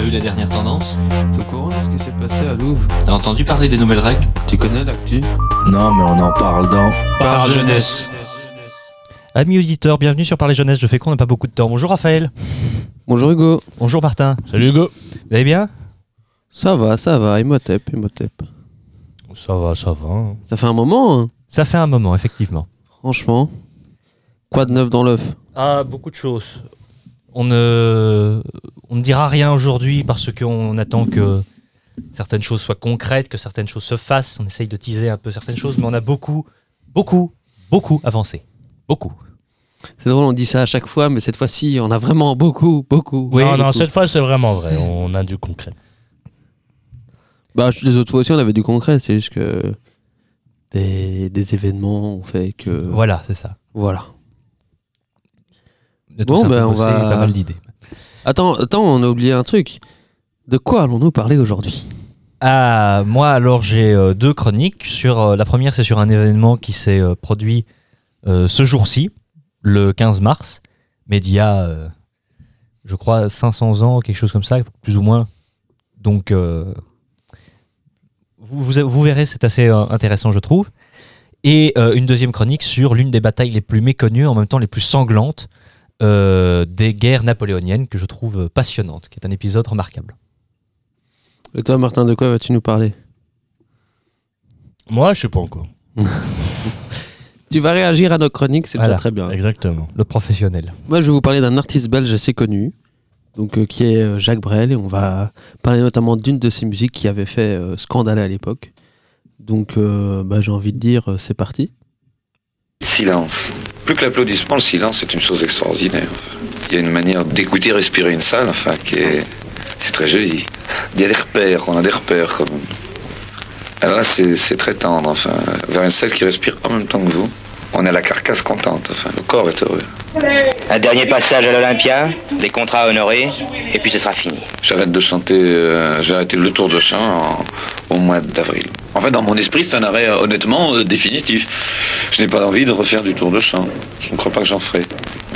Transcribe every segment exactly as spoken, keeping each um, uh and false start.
vu les dernières tendances? T'es au courant de ce qui s'est passé à Louvre? T'as entendu parler des nouvelles règles? Tu connais l'actu? Non, mais on en parle dans Par jeunesse. Amis auditeurs, bienvenue sur Parler Jeunesse. Je fais qu'on n'a pas beaucoup de temps. Bonjour Raphaël. Bonjour Hugo. Bonjour Martin. Salut Hugo. Vous allez bien? Ça va, ça va, Imhotep, Imhotep. Ça va, ça va. Ça fait un moment, hein. Ça fait un moment, effectivement. Franchement. Quoi de neuf dans l'œuf? Ah, beaucoup de choses. On ne, on ne dira rien aujourd'hui parce qu'on attend que certaines choses soient concrètes, que certaines choses se fassent. On essaye de teaser un peu certaines choses, mais on a beaucoup, beaucoup, beaucoup avancé. Beaucoup. C'est drôle, on dit ça à chaque fois, mais cette fois-ci, on a vraiment beaucoup, beaucoup. Oui, non, non, beaucoup. cette fois c'est vraiment vrai. On a du concret. Bah, les autres fois aussi, on avait du concret, c'est juste que des, des événements ont fait que. Voilà, c'est ça. Voilà. De Bon, tous un peu ben, on bosser, va- pas mal d'idées. Attends, attends, on a oublié un truc. De quoi allons-nous parler aujourd'hui? Ah, moi alors j'ai euh, deux chroniques. Sur, euh, la première c'est sur un événement qui s'est euh, produit euh, ce jour-ci, le quinze mars, mais d'il y a, euh, je crois, cinq cents ans, quelque chose comme ça, plus ou moins. Donc, euh, vous, vous, vous verrez, c'est assez euh, intéressant, je trouve. Et euh, une deuxième chronique sur l'une des batailles les plus méconnues, en même temps les plus sanglantes, euh, des guerres napoléoniennes, que je trouve passionnante, qui est un épisode remarquable. Et toi, Martin, de quoi vas-tu nous parler? Moi, je sais pas encore. Tu vas réagir à nos chroniques, c'est Voilà. déjà très bien. Exactement. Le professionnel. Moi, je vais vous parler d'un artiste belge assez connu, donc, euh, qui est euh, Jacques Brel, et on va parler notamment d'une de ses musiques qui avait fait euh, scandale à l'époque. Donc, euh, bah, j'ai envie de dire, euh, c'est parti. Silence. Plus que l'applaudissement, le silence est une chose extraordinaire. Enfin, il y a une manière d'écouter, respirer une salle, enfin, qui est... C'est très joli. Il y a des repères, on a des repères comme... Alors là, c'est, c'est très tendre, enfin, vers une salle qui respire en même temps que vous. On a la carcasse contente, enfin, le corps est heureux. Un dernier passage à l'Olympia, des contrats à honorer, et puis ce sera fini. J'arrête de chanter, euh, j'ai arrêté le tour de chant en- au mois d'avril. En fait, dans mon esprit, c'est un arrêt euh, honnêtement euh, définitif. Je n'ai pas envie de refaire du tour de chant. Je ne crois pas que j'en ferai.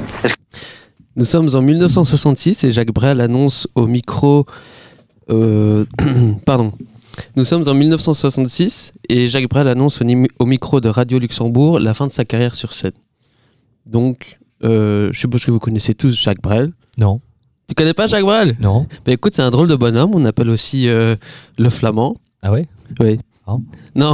Nous sommes en mille neuf cent soixante-six et Jacques Brel annonce au micro... euh, Pardon. Nous sommes en mille neuf cent soixante-six et Jacques Brel annonce au, nim- au micro de Radio Luxembourg la fin de sa carrière sur scène. Donc, euh, je suppose que vous connaissez tous Jacques Brel. Non, Tu connais pas Jacques Brel? non. Bah écoute, c'est un drôle de bonhomme, on appelle aussi euh, le flamand. Ah ouais? Oui. Ah. Non.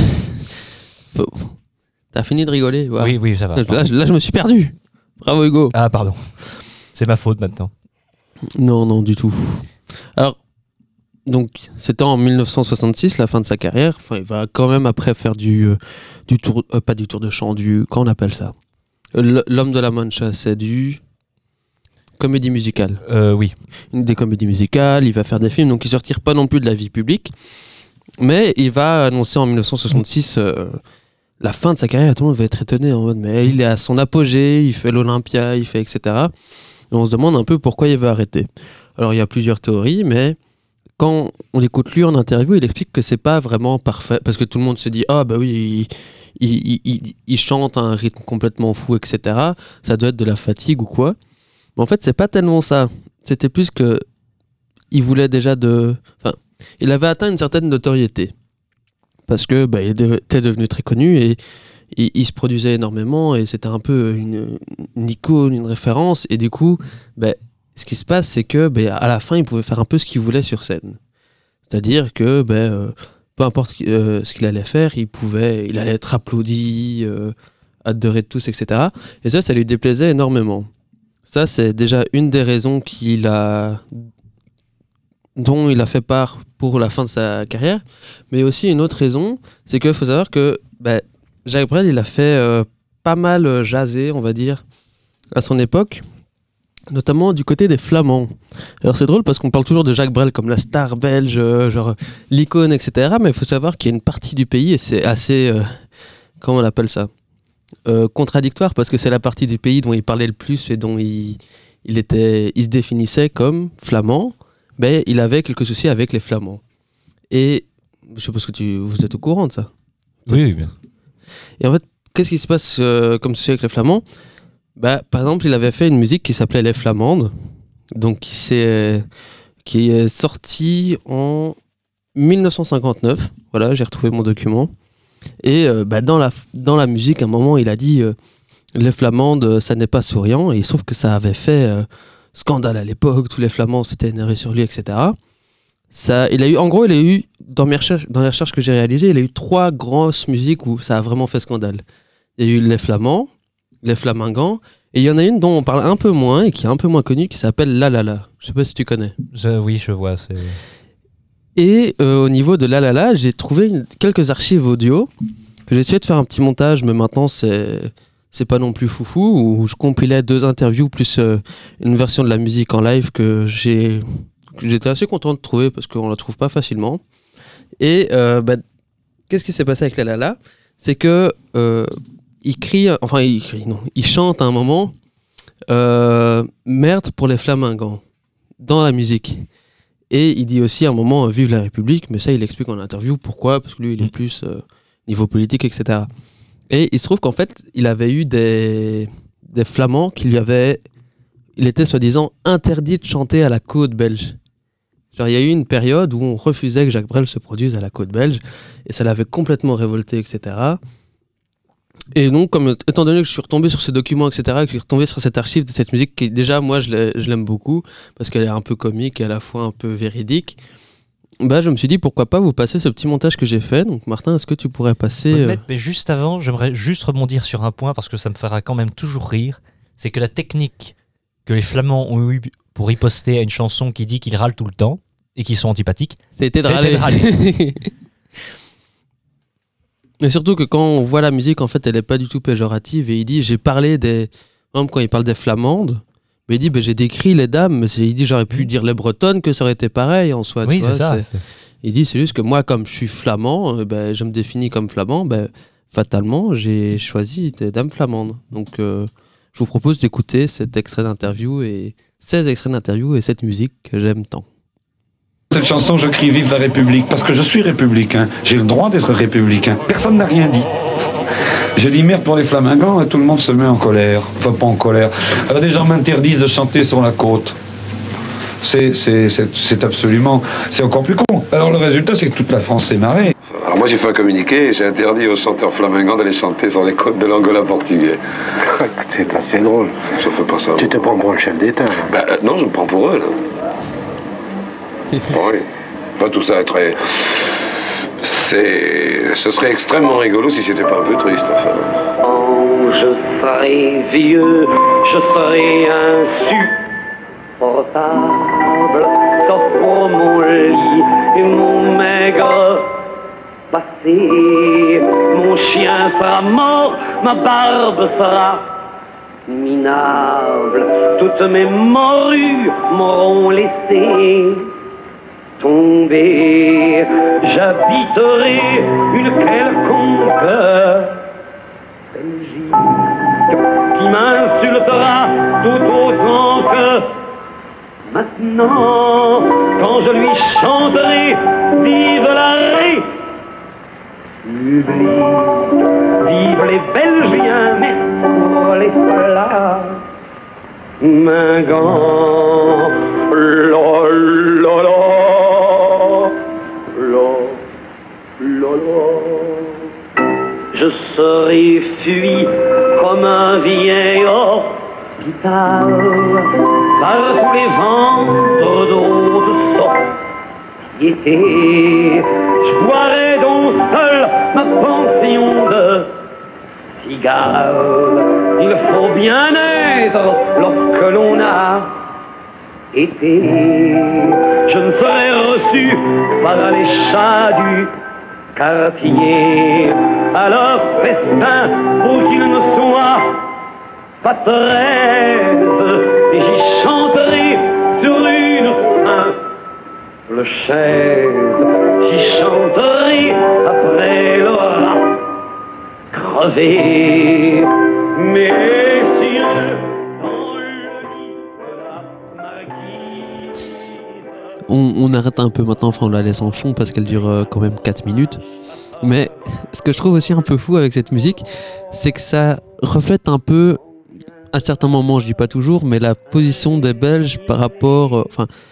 Faut- T'as fini de rigoler? Voilà. Oui, oui, ça va. Là, pardon. je- là, je me suis perdu. Bravo Hugo. Ah, pardon. C'est ma faute maintenant. Non, non, du tout. Alors, donc, c'était en mille neuf cent soixante-six, la fin de sa carrière. Enfin, il va quand même après faire du, euh, du tour, euh, pas du tour de chant, du, comment on appelle ça? Euh, L- L'homme de la Mancha, c'est du comédie musicale. Euh, oui. Une des comédies musicales, il va faire des films, donc il ne se retire pas non plus de la vie publique. Mais il va annoncer en mille neuf cent soixante-six euh, la fin de sa carrière. Tout le monde va être étonné en mode, mais il est à son apogée, il fait l'Olympia, il fait et cetera. Et on se demande un peu pourquoi il va arrêter. Alors il y a plusieurs théories, mais quand on l'écoute lui en interview, il explique que c'est pas vraiment parfait, parce que tout le monde se dit, ah bah oui, il, il, il, il- il chante à un rythme complètement fou, et cetera. Ça doit être de la fatigue ou quoi. Mais en fait, c'est pas tellement ça. C'était plus que il voulait déjà de... Enfin, il avait atteint une certaine notoriété. Parce que bah, il de- était devenu très connu et il, il se produisait énormément et c'était un peu une, une icône, une référence. Et du coup, bah, ce qui se passe, c'est que bah, à la fin, il pouvait faire un peu ce qu'il voulait sur scène. C'est-à-dire que bah, euh, peu importe euh, ce qu'il allait faire, il pouvait, il allait être applaudi, euh, adoré de tous, et cetera. Et ça, ça lui déplaisait énormément. Ça, c'est déjà une des raisons qu'il a, dont il a fait part pour la fin de sa carrière. Mais aussi une autre raison, c'est qu'il faut savoir que bah, Jacques Brel, il a fait euh, pas mal euh, jaser, on va dire, à son époque, notamment du côté des Flamands. Alors c'est drôle parce qu'on parle toujours de Jacques Brel comme la star belge, euh, genre l'icône, et cetera. Mais il faut savoir qu'il y a une partie du pays, et c'est assez... euh, comment on appelle ça? Euh, contradictoire, parce que c'est la partie du pays dont il parlait le plus et dont il, il, était, il se définissait comme flamand, mais il avait quelques soucis avec les Flamands. Et je suppose que tu, vous êtes au courant de ça. Oui, oui, bien. Et en fait, qu'est-ce qui se passe euh, comme souci avec les Flamands? Bah, par exemple, il avait fait une musique qui s'appelait Les Flamandes, donc qui s'est, qui est sorti en dix-neuf cent cinquante-neuf. Voilà, j'ai retrouvé mon document. Et euh, bah, dans, la, dans la musique, à un moment, il a dit euh, les flamandes, ça n'est pas souriant. Et il se trouve que ça avait fait euh, scandale à l'époque. Tous les flamands s'étaient énervés sur lui, et cetera. Ça, il a eu, en gros, il a eu, dans, mes recherches, dans les recherches que j'ai réalisées, il a eu trois grosses musiques où ça a vraiment fait scandale. Il y a eu les flamands, les flamingants, et il y en a une dont on parle un peu moins et qui est un peu moins connue, qui s'appelle La La La. Je sais pas si tu connais. Je- oui, je vois. C'est... Et euh, au niveau de La La La, j'ai trouvé une- quelques archives audio. J'ai essayé de faire un petit montage, mais maintenant c'est c'est pas non plus foufou, où je compilais deux interviews plus euh, une version de la musique en live que j'ai que j'étais assez content de trouver parce qu'on la trouve pas facilement. Et euh, bah, qu'est-ce qui s'est passé avec La La La? C'est que euh, il crie, enfin il crie, non, il chante à un moment euh, merde pour les flamingants dans la musique. Et il dit aussi à un moment euh, vive la République, mais ça il explique en interview pourquoi, parce que lui il est plus euh, niveau politique, et cetera. Et il se trouve qu'en fait il avait eu des, des flamands qui lui avaient, il était soi-disant interdit de chanter à la côte belge. Genre il y a eu une période où on refusait que Jacques Brel se produise à la côte belge, et ça l'avait complètement révolté, et cetera. Et donc, comme, étant donné que je suis retombé sur ces documents, et cetera, que je suis retombé sur cette archive de cette musique qui, déjà, moi, je, l'ai- je l'aime beaucoup, parce qu'elle est un peu comique et à la fois un peu véridique, bah, je me suis dit, pourquoi pas vous passer ce petit montage que j'ai fait. Donc, Martin, est-ce que tu pourrais passer... Faut le euh, mettre, mais juste avant, j'aimerais juste rebondir sur un point parce que ça me fera quand même toujours rire. C'est que la technique que les Flamands ont eu pour riposter à une chanson qui dit qu'ils râlent tout le temps et qu'ils sont antipathiques, C'était de C'était de râler. Mais surtout que quand on voit la musique, en fait, elle est pas du tout péjorative. Et il dit, j'ai parlé des... Par exemple, quand il parle des flamandes, mais il dit, ben, j'ai décrit les dames. Mais c'est- il dit, j'aurais pu dire les bretonnes, que ça aurait été pareil en soi. oui, tu c'est vois, ça. c'est- Il dit, c'est juste que moi, comme je suis flamand, euh, ben, je me définis comme flamand. Ben, fatalement, j'ai choisi des dames flamandes. Donc, euh, je vous propose d'écouter cet extrait d'interview et ces extraits d'interview et cette musique que j'aime tant. Cette chanson, je crie vive la République parce que je suis républicain. J'ai le droit d'être républicain. Personne n'a rien dit. J'ai dit merde pour les flamingants et tout le monde se met en colère. Enfin, pas en colère. Alors des gens m'interdisent de chanter sur la côte. C'est, c'est, c'est, c'est absolument... C'est encore plus con. Alors le résultat, c'est que toute la France s'est marrée. Alors moi j'ai fait un communiqué et j'ai interdit aux chanteurs flamingants d'aller chanter sur les côtes de l'Angola portugais. C'est assez drôle. Je fais pas ça. Tu te prends pour le chef d'État. là. Bah, euh, non, je me prends pour eux, là. Bon, oui. Enfin, tout ça est très... C'est... Ce serait extrêmement rigolo si c'était pas un peu triste, enfin. Quand je serai vieux, je serai insupportable, sauf pour mon lit et mon maigre passé. Mon chien sera mort, ma barbe sera minable. Toutes mes morues m'auront laissé tomber. J'habiterai une quelconque Belgique qui m'insultera tout autant que maintenant, quand je lui chanterai vive la République, vive les Belgiens, mais pour les flamingants, la la la. Je serai fui comme un vieil hôpital par tous les ventres d'eau de société. Je boirai donc seul ma pension de cigale. Il faut bien être lorsque l'on a été. Je ne serai reçu par les chats du quartier à leur festin pour qu'ils ne soient pas treize, et j'y chanterai sur une simple chaise. J'y chanterai après l'aura crevé. Messieurs, dans le lit de la marquise. On, on arrête un peu maintenant, enfin on la laisse en fond parce qu'elle dure euh, quand même quatre minutes. Mais ce que je trouve aussi un peu fou avec cette musique, c'est que ça reflète un peu, à certains moments, je dis pas toujours, mais la position des Belges par rapport, euh, enfin,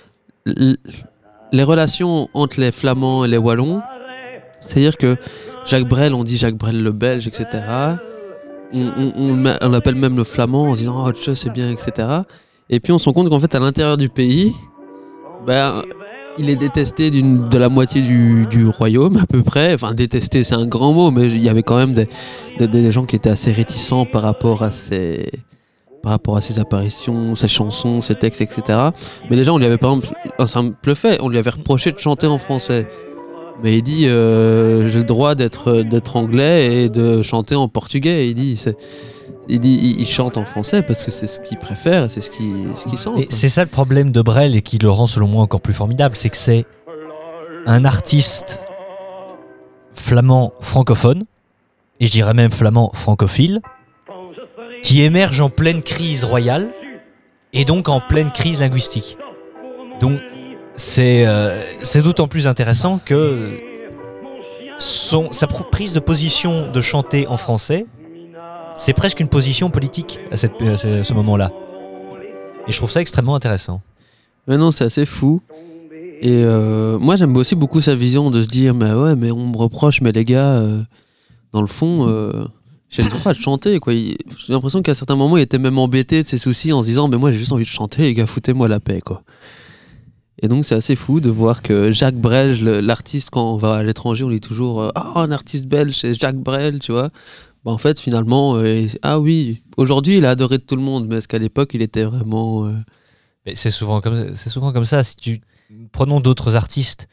l- les relations entre les Flamands et les Wallons, c'est-à-dire que Jacques Brel, on dit Jacques Brel le Belge, et cetera. On, on, on, le met- on l'appelle même le Flamand en se disant oh, tchè, c'est bien, et cetera. Et puis on se rend compte qu'en fait, à l'intérieur du pays, ben, il est détesté d'une, de la moitié du, du royaume à peu près. Enfin, détesté, c'est un grand mot, mais il y avait quand même des, des, des gens qui étaient assez réticents par rapport à ses, par rapport à ses apparitions, ses chansons, ses textes, et cetera. Mais déjà, on lui avait par exemple, un simple fait, on lui avait reproché de chanter en français. Mais il dit euh, j'ai le droit d'être, d'être anglais et de chanter en portugais. Il dit, c'est, il, dit il, il chante en français parce que c'est ce qu'il préfère, c'est ce qu'il, ce qu'il sent. Et quoi. c'est ça le problème de Brel et qui le rend selon moi encore plus formidable, c'est que c'est un artiste flamand francophone, et je dirais même flamand francophile, qui émerge en pleine crise royale et donc en pleine crise linguistique. Donc c'est, euh, c'est d'autant plus intéressant que son, sa pr- prise de position de chanter en français, c'est presque une position politique à, cette, à ce, ce moment-là. Et je trouve ça extrêmement intéressant. Mais non, c'est assez fou. Et euh, moi, j'aime aussi beaucoup sa vision de se dire mais ouais, mais on me reproche, mais les gars, euh, dans le fond, euh, j'ai le droit de chanter. Quoi. Il- j'ai l'impression qu'à certains moments, il était même embêté de ses soucis en se disant mais moi, j'ai juste envie de chanter, les gars, foutez-moi la paix. Quoi. Et donc, c'est assez fou de voir que Jacques Brel, le- l'artiste, quand on va à l'étranger, on dit toujours euh, ah, un artiste belge, c'est Jacques Brel, tu vois. Bah, en fait, finalement, euh, ah oui, aujourd'hui, il est adoré de tout le monde, mais est-ce qu'à l'époque, il était vraiment. euh, Mais c'est souvent comme c'est souvent comme ça. Si tu prenons d'autres artistes,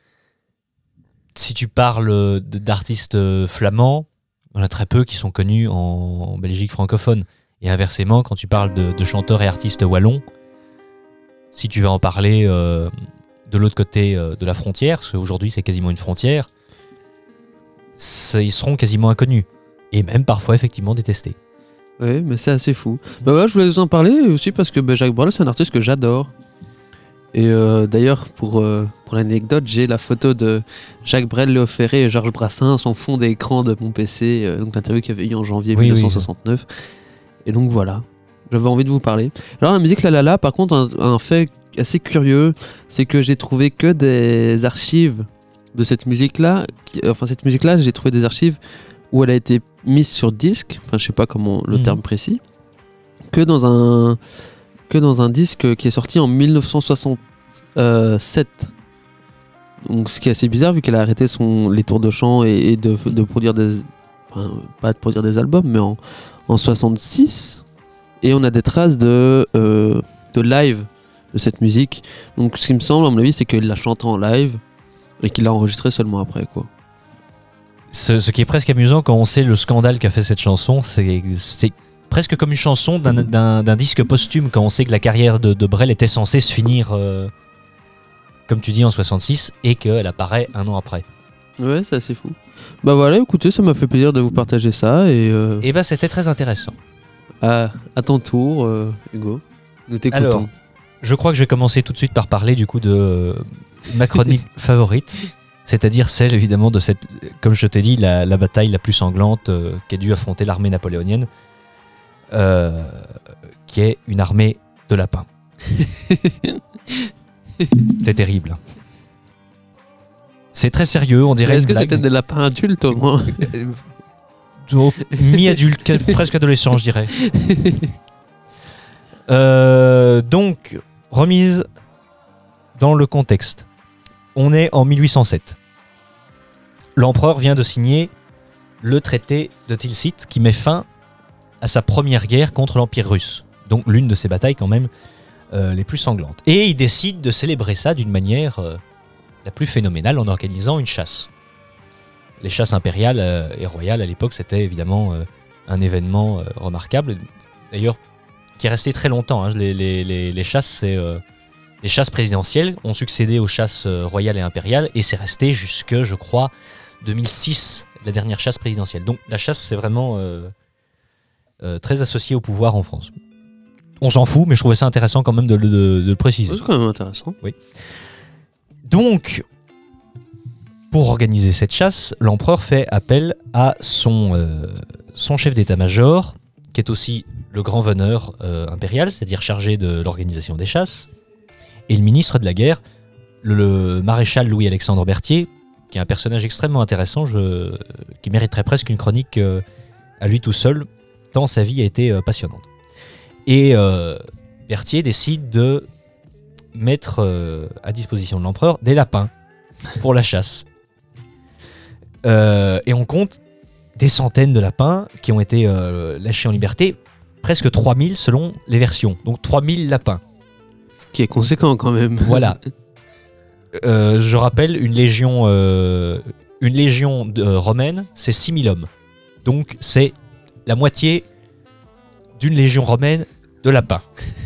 si tu parles d- d'artistes euh, flamands, on a très peu qui sont connus en, en Belgique francophone. Et inversement, quand tu parles de, de chanteurs et artistes wallons, si tu vas en parler euh, de l'autre côté euh, de la frontière, parce qu'aujourd'hui c'est quasiment une frontière, c'est- ils seront quasiment inconnus et même parfois effectivement détestés. Ouais, mais c'est assez fou. Bah voilà, je voulais vous en parler aussi parce que bah, Jacques Brel, c'est un artiste que j'adore. Et euh, d'ailleurs, pour, euh, pour l'anecdote, j'ai la photo de Jacques Brel, Léo Ferré et Georges Brassens en fond d'écran de mon P C, euh, donc l'interview qu'il y avait eu en janvier Oui, dix-neuf cent soixante-neuf. Et donc voilà, j'avais envie de vous parler. Alors la musique La La La, par contre, un, un fait assez curieux, c'est que j'ai trouvé que des archives de cette musique-là. qui- Enfin, cette musique-là, j'ai trouvé des archives où elle a été mise sur disque, enfin je sais pas comment le Mhm. terme précis, que dans un que dans un disque qui est sorti en dix-neuf cent soixante-sept. Donc ce qui est assez bizarre vu qu'elle a arrêté son les tours de chant et, et de, de produire des enfin pas de produire des albums mais en en soixante-six, et on a des traces de euh, de live de cette musique. Donc ce qui me semble à mon avis c'est qu'il la chante en live et qu'il l'a enregistré seulement après quoi. Ce, ce qui est presque amusant quand on sait le scandale qu'a fait cette chanson, c'est, c'est presque comme une chanson d'un, d'un, d'un disque posthume quand on sait que la carrière de, de Brel était censée se finir, euh, comme tu dis, en soixante-six et qu'elle apparaît un an après. Ouais, c'est assez fou. Bah voilà, écoutez, ça m'a fait plaisir de vous partager ça et euh, Et ben c'était très intéressant. à, à ton tour, euh, Hugo. Nous t'écoutons. Alors, je crois que je vais commencer tout de suite par parler du coup de euh, ma chronique favorite, c'est-à-dire celle évidemment de cette, comme je t'ai dit, la, la bataille la plus sanglante euh, qu'a dû affronter l'armée napoléonienne, euh, qui est une armée de lapins. C'est terrible. C'est très sérieux, on dirait. Est-ce une que blague. c'était des lapins adultes au moins? Euh, mi-adulte, presque adolescent, je dirais. Euh, donc, remise dans le contexte. On est en mille huit cent sept. L'empereur vient de signer le traité de Tilsit qui met fin à sa première guerre contre l'Empire russe. Donc l'une de ses batailles quand même euh, les plus sanglantes. Et il décide de célébrer ça d'une manière euh, la plus phénoménale en organisant une chasse. Les chasses impériales euh, et royales à l'époque, c'était évidemment euh, un événement euh, remarquable. D'ailleurs, qui est resté très longtemps. Hein. Les, les, les, les chasses, c'est, euh, les chasses présidentielles ont succédé aux chasses euh, royales et impériales, et c'est resté jusque, je crois, deux mille six, la dernière chasse présidentielle. Donc la chasse, c'est vraiment euh, euh, très associé au pouvoir en France. On s'en fout, mais je trouvais ça intéressant quand même de, de, de le préciser. C'est quand même intéressant. Oui. Donc, pour organiser cette chasse, l'empereur fait appel à son, euh, son chef d'état-major, qui est aussi le grand veneur euh, impérial, c'est-à-dire chargé de l'organisation des chasses, Et le ministre de la guerre, le, le maréchal Louis-Alexandre Berthier, qui est un personnage extrêmement intéressant, je, qui mériterait presque une chronique euh, à lui tout seul, tant sa vie a été euh, passionnante. Et euh, Berthier décide de mettre euh, à disposition de l'empereur des lapins pour la chasse. Euh, et on compte des centaines de lapins qui ont été euh, lâchés en liberté, presque trois mille selon les versions, donc trois mille lapins. Ce qui est conséquent quand même. Voilà. Euh, je rappelle, une légion, euh, une légion de, euh, romaine, c'est six mille hommes. Donc c'est la moitié d'une légion romaine de lapins.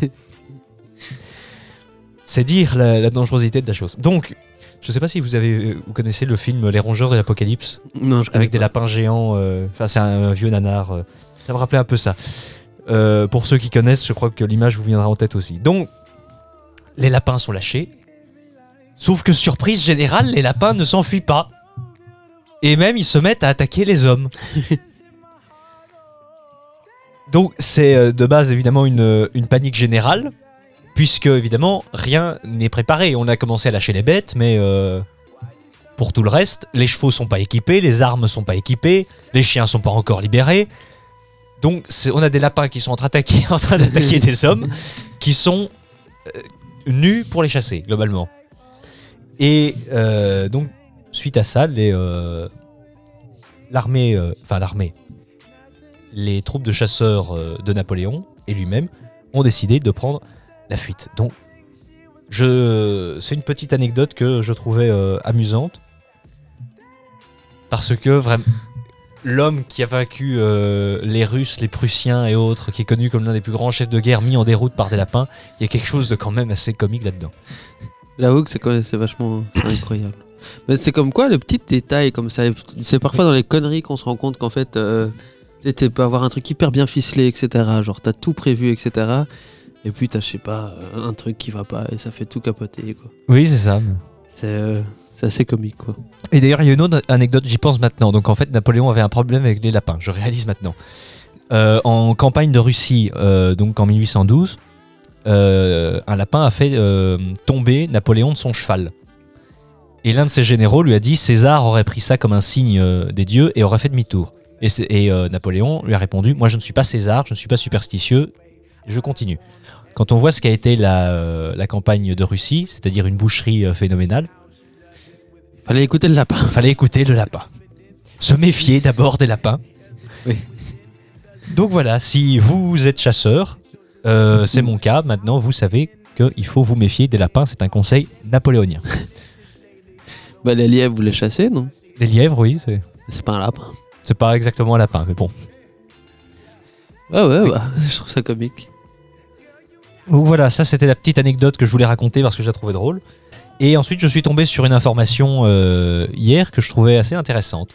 C'est dire la, la dangerosité de la chose. Donc, je sais pas si vous avez, vous connaissez le film Les Rongeurs de l'Apocalypse. Non, je connais avec des pas. lapins géants. euh, Enfin, c'est un, un vieux nanar. euh, ça me rappelait un peu ça. Euh, pour ceux qui connaissent, je crois que l'image vous viendra en tête aussi. Donc, les lapins sont lâchés. Sauf que, surprise générale, les lapins ne s'enfuient pas. Et même, ils se mettent à attaquer les hommes. Donc, c'est euh, de base, évidemment, une, une panique générale. Puisque, évidemment, rien n'est préparé. On a commencé à lâcher les bêtes, mais euh, pour tout le reste, les chevaux sont pas équipés, les armes sont pas équipées, les chiens sont pas encore libérés. Donc, c'est, on a des lapins qui sont en train d'attaquer, en train d'attaquer des hommes qui sont euh, nus pour les chasser, globalement. Et euh, donc, suite à ça, les, euh, l'armée, euh, enfin l'armée, les troupes de chasseurs euh, de Napoléon et lui-même ont décidé de prendre la fuite. Donc, je, c'est une petite anecdote que je trouvais euh, amusante. Parce que vraiment, l'homme qui a vaincu euh, les Russes, les Prussiens et autres, qui est connu comme l'un des plus grands chefs de guerre mis en déroute par des lapins, il y a quelque chose de quand même assez comique là-dedans. J'avoue que c'est, quand- c'est vachement c'est incroyable. Mais c'est comme quoi, le petit détail comme ça. C'est parfois dans les conneries qu'on se rend compte qu'en fait, euh, tu sais, tu peux avoir un truc hyper bien ficelé, et cetera. Genre, t'as tout prévu, et cetera. Et puis t'as, je sais pas, un truc qui va pas et ça fait tout capoter, quoi. Oui, c'est ça. C'est, euh, c'est assez comique, quoi. Et d'ailleurs, il y a une autre anecdote, j'y pense maintenant. Donc en fait, Napoléon avait un problème avec les lapins, je réalise maintenant. Euh, en campagne de Russie, euh, donc en mille huit cent douze, euh, un lapin a fait euh, tomber Napoléon de son cheval. Et l'un de ses généraux lui a dit César aurait pris ça comme un signe euh, des dieux et aurait fait demi-tour. Et, c'est- et euh, Napoléon lui a répondu Moi je ne suis pas César, je ne suis pas superstitieux, je continue. Quand on voit ce qu'a été la, euh, la campagne de Russie, c'est-à-dire une boucherie euh, phénoménale, Fallait écouter le lapin. fallait écouter le lapin. Se méfier d'abord des lapins. Oui. Donc voilà, si vous êtes chasseur, euh, c'est mon cas, maintenant vous savez qu'il faut vous méfier des lapins, c'est un conseil napoléonien. Bah, les lièvres, vous les chassez, non? Les lièvres, oui, c'est, C'est pas un lapin. c'est pas exactement un lapin, mais bon. Ouais, ouais, C'est- bah, je trouve ça comique. Donc voilà, ça c'était la petite anecdote que je voulais raconter parce que je la trouvais drôle. Et ensuite, je suis tombé sur une information euh, hier que je trouvais assez intéressante.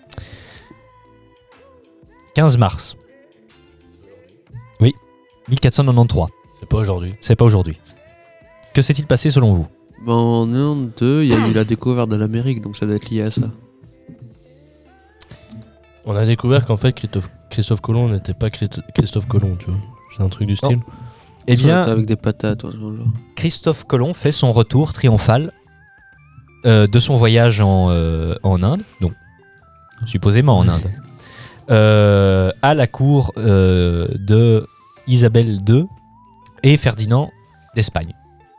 quinze mars. Oui, mille quatre cent quatre-vingt-treize. C'est pas aujourd'hui. C'est pas aujourd'hui. Que s'est-il passé selon vous? Bah, en quatre-vingt-deux, il y a eu la découverte de l'Amérique, donc ça doit être lié à ça. On a découvert qu'en fait Christophe, Christophe Colomb n'était pas Christ- Christophe Colomb, tu vois. C'est un truc du style. Eh Ça doit être bien, avec des patates, ou un genre. Christophe Colomb fait son retour triomphal euh, de son voyage en, euh, en Inde, donc supposément en Inde, euh, à la cour euh, de Isabelle deux et Ferdinand d'Espagne.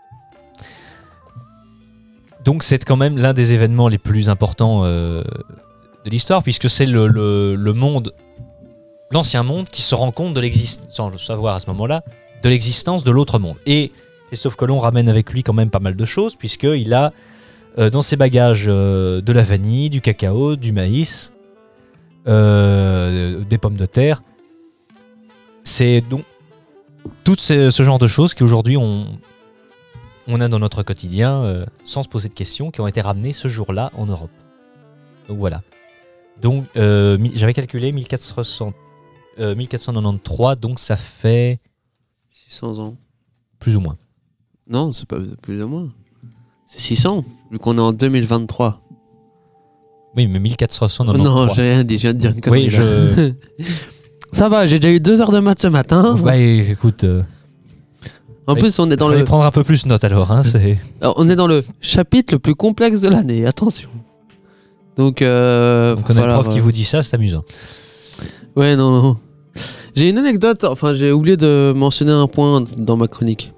Donc c'est quand même l'un des événements les plus importants euh, de l'histoire, puisque c'est le, le, le monde, l'ancien monde, qui se rend compte de l'existence, sans le savoir à ce moment-là, de l'existence de l'autre monde. Et Christophe Colomb ramène avec lui quand même pas mal de choses, puisqu'il a euh, dans ses bagages euh, de la vanille, du cacao, du maïs, euh, des pommes de terre. C'est donc tout ce, ce genre de choses qu'aujourd'hui on, on a dans notre quotidien euh, sans se poser de questions, qui ont été ramenées ce jour-là en Europe. Donc voilà. Donc euh, mi- j'avais calculé mille quatre cents, euh, mille quatre cent quatre-vingt-treize, donc ça fait six cents ans. plus ou moins. Non, c'est pas plus ou moins. C'est six cents, vu qu'on est en deux mille vingt-trois. Oui, mais mille quatre cent Oh quatre-vingt-treize. non, j'ai rien dit, je viens de dire une connerie. Oui, là. je. Ça va, j'ai déjà eu deux heures de maths ce matin. Ouais, écoute. euh, En Oui. plus, on est dans Fallait le, prendre un peu plus note alors. Hein, c'est... alors, on est dans le chapitre le plus complexe de l'année. Attention. Donc, euh, Donc on a voilà, le prof qui voilà. vous dit ça, c'est amusant. Ouais, non, non. J'ai une anecdote. Enfin, j'ai oublié de mentionner un point dans ma chronique.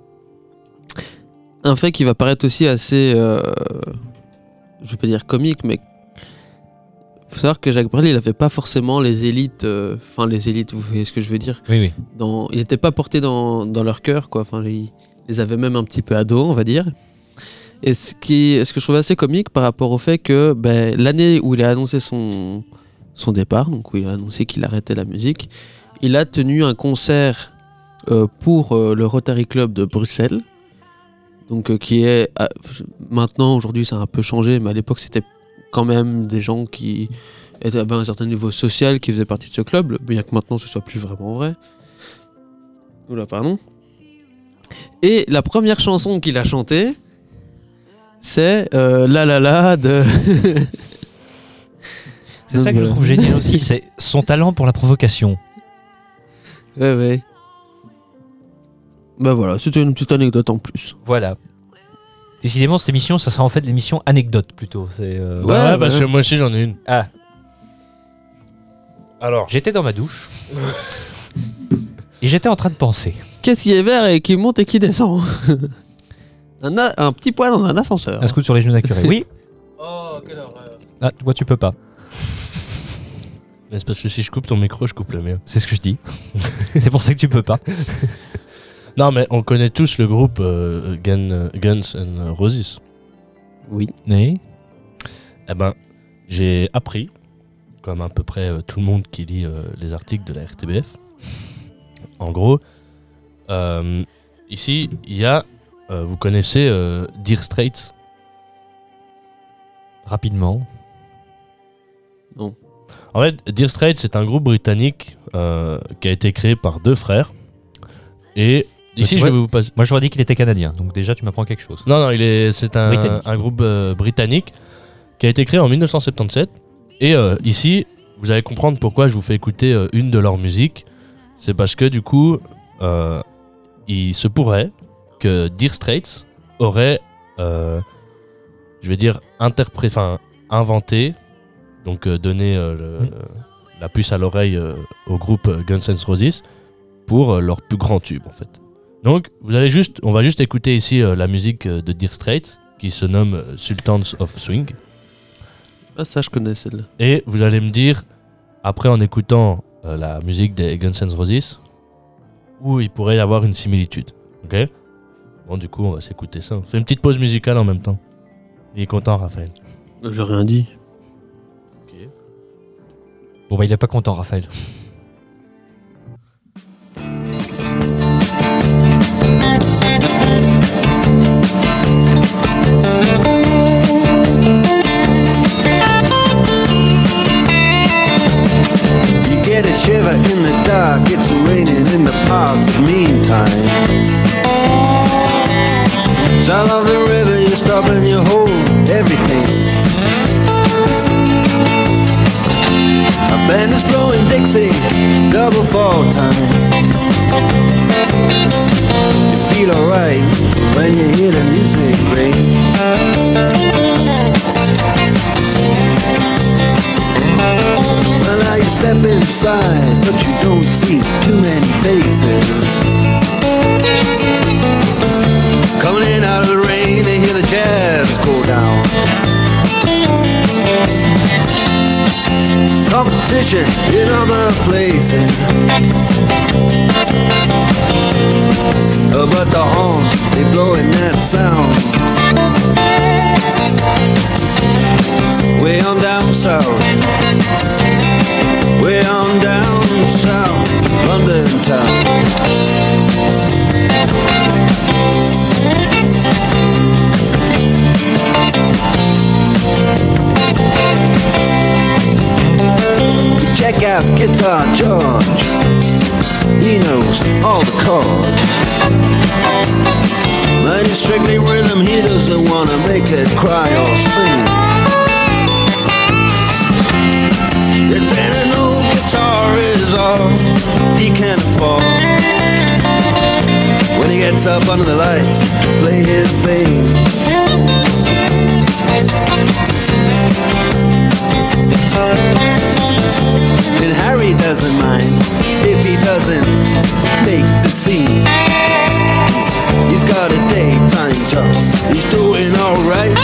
Un fait qui va paraître aussi assez, euh, je vais pas dire comique, mais faut savoir que Jacques Brel, il avait pas forcément les élites, euh, enfin les élites, vous voyez ce que je veux dire. Oui, oui. Dans, il n'était pas porté dans, dans leur cœur, quoi. Enfin, il les avait même un petit peu ados, on va dire. Et ce qui, ce que je trouve assez comique par rapport au fait que ben, l'année où il a annoncé son, son départ, donc où il a annoncé qu'il arrêtait la musique, il a tenu un concert euh, pour euh, le Rotary Club de Bruxelles. Donc euh, qui est euh, maintenant aujourd'hui ça a un peu changé, mais à l'époque c'était quand même des gens qui étaient, avaient un certain niveau social qui faisaient partie de ce club, bien que maintenant ce soit plus vraiment vrai. Oula, pardon. Et la première chanson qu'il a chantée, c'est euh, La La La de. C'est ça que je trouve génial aussi, c'est son talent pour la provocation. Ouais, ouais. Bah voilà, c'était une petite anecdote en plus. Voilà. Décidément, cette émission, ça sera en fait l'émission anecdote plutôt. C'est, euh, Ouais, Ouais, ouais. parce que moi aussi j'en ai une. Ah, Alors, j'étais dans ma douche et j'étais en train de penser. Qu'est-ce qui est vert et qui monte et qui descend? un, a- un petit poids dans un ascenseur. Un scout sur les genoux d'un curé. Oui. Oh, quelle horreur. Ah, toi, tu peux pas. mais c'est parce que si je coupe ton micro, je coupe le mien. C'est ce que je dis. C'est pour ça que tu peux pas. Non, mais on connaît tous le groupe euh, Gun- Guns N' Roses. Oui. Oui. Eh ben, j'ai appris, comme à peu près euh, tout le monde qui lit euh, les articles de la R T B F, en gros, euh, ici, il y a, euh, vous connaissez euh, Dire Straits. Rapidement. En fait, Dire Straits, c'est un groupe britannique euh, qui a été créé par deux frères. Et ici, Ouais. je vais vous passer. Moi, j'aurais dit qu'il était canadien. Donc déjà, tu m'apprends quelque chose. Non, non, il est, c'est un, Britannique. un groupe euh, britannique qui a été créé en dix-neuf cent soixante-dix-sept. Et euh, ici, vous allez comprendre pourquoi je vous fais écouter euh, une de leurs musiques. C'est parce que du coup, euh, il se pourrait que Dire Straits aurait, euh, je vais dire, interpré- enfin, inventé, donc euh, donné euh, le- Mm. la puce à l'oreille euh, au groupe euh, Guns N' Roses pour euh, leur plus grand tube en fait. Donc, vous allez juste, on va juste écouter ici euh, la musique euh, de Dire Straits qui se nomme euh, Sultans of Swing. Ah, ça, je connais celle-là. Et vous allez me dire, après en écoutant euh, la musique des Guns N' Roses, où il pourrait y avoir une similitude. Ok? Bon, du coup, on va s'écouter ça. On fait une petite pause musicale en même temps. Il est content, Raphaël. J'ai rien dit. Ok. Bon, bah, il est pas content, Raphaël. You get a shiver in the dark, it's raining in the park, but meantime sound of the river, you stop and you hold everything. A band is blowing Dixie, double fall time. You feel alright when you hear the music ring. Well, now you step inside, but you don't see too many faces. Coming in out of the rain, they hear the jazz go down. Competition in other places, uh, but the horns, they blowing that sound. Way on down south, way on down south, London town. Check out Guitar George, he knows all the chords. But it's strictly rhythm, he doesn't wanna make it cry or sing. If then an old guitar is all he can afford, when he gets up under the lights, play his thing. And Harry doesn't mind if he doesn't make the scene. He's got a daytime job, he's doing alright.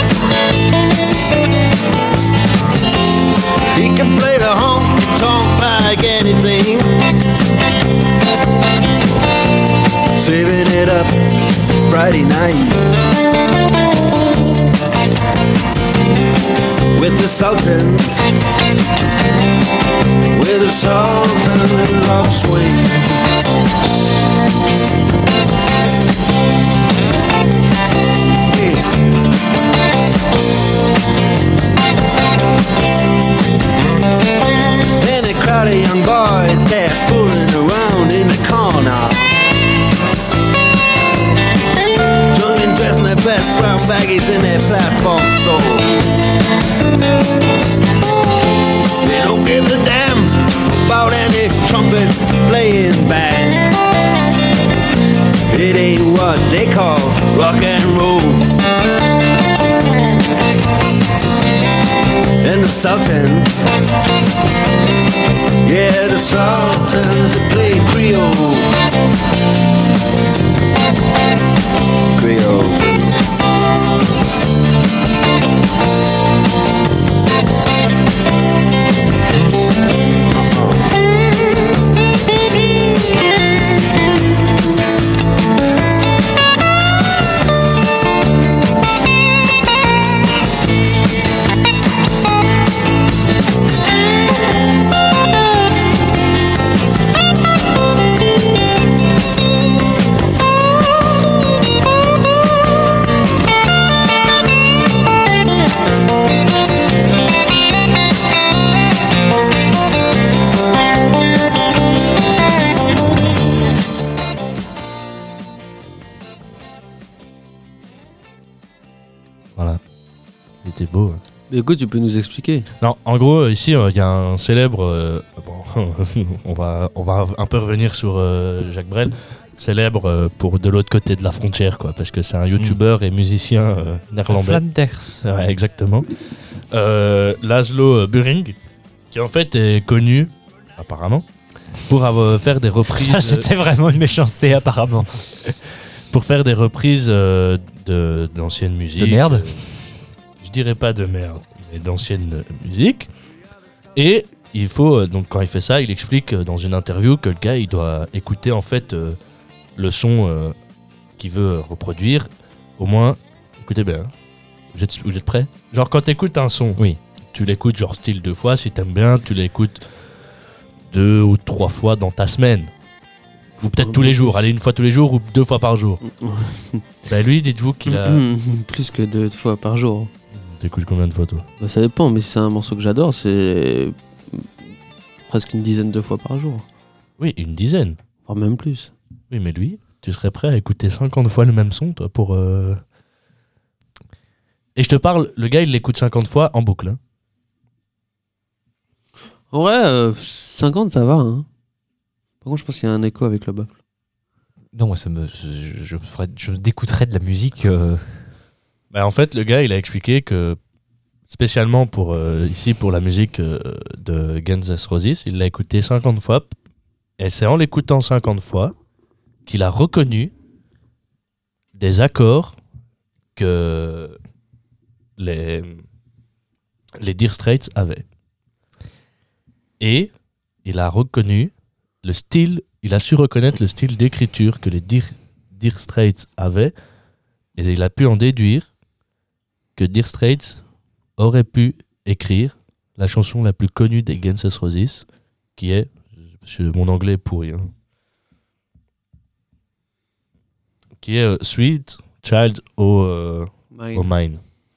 He can play the honky-tonk like anything, saving it up Friday night with the Sultans, with the Sultans of Swing. And a crowd of young boys, they're fooling around in the corner, young and dressed in their best brown baggies in their platform soles. They don't give a damn about any trumpet playing band. It ain't what they call rock and roll. And the Sultans, yeah, the Sultans that play Creole, Creole. C'était beau. Écoute, tu peux nous expliquer. Non, en gros, ici, il euh, y a un célèbre... Euh, bon, on, va, on va un peu revenir sur euh, Jacques Brel. Célèbre euh, pour de l'autre côté de la frontière, quoi, parce que c'est un youtubeur mmh. et musicien euh, néerlandais. Flanders. Ouais, exactement. Euh, Laszlo Buring, qui en fait est connu, apparemment, pour avoir, faire des reprises... Ça, c'était vraiment une méchanceté, apparemment. Pour faire des reprises euh, de, d'anciennes musiques. De merde euh, Je dirais pas de merde, mais d'anciennes musiques. Et il faut, donc quand il fait ça, il explique dans une interview que le gars, il doit écouter en fait euh, le son euh, qu'il veut reproduire. Au moins, écoutez bien, vous êtes, vous êtes prêts ? Genre quand t'écoutes un son, oui. tu l'écoutes genre style deux fois, si t'aimes bien, tu l'écoutes deux ou trois fois dans ta semaine. Ou peut-être tous les jours, allez une fois tous les jours ou deux fois par jour. Bah lui, dites-vous qu'il a... Plus que deux fois par jour. T'écoutes combien de fois toi ? Bah ça dépend, mais si c'est un morceau que j'adore, c'est presque une dizaine de fois par jour. Oui, une dizaine. Voire même plus. Oui, mais lui, tu serais prêt à écouter cinquante fois le même son, toi, pour... Euh... Et je te parle, le gars, il l'écoute cinquante fois en boucle. Hein. En vrai, euh, cinquante, ça va. Hein. Par contre, je pense qu'il y a un écho avec le baffle. Non, moi, ça me, je, je, ferais, je découdrais de la musique... Euh... Bah en fait, le gars, il a expliqué que, spécialement pour, euh, ici, pour la musique euh, de Guns N' Roses, il l'a écouté cinquante fois, et c'est en l'écoutant cinquante fois qu'il a reconnu des accords que les, les Dire Straits avaient. Et il a reconnu le style, il a su reconnaître le style d'écriture que les Dire, Dire Straits avaient, et il a pu en déduire que Dire Straits aurait pu écrire la chanson la plus connue des Guns N' Roses, qui est, mon anglais est pourri, hein, qui est euh, Sweet Child O' euh, Mine. Mine.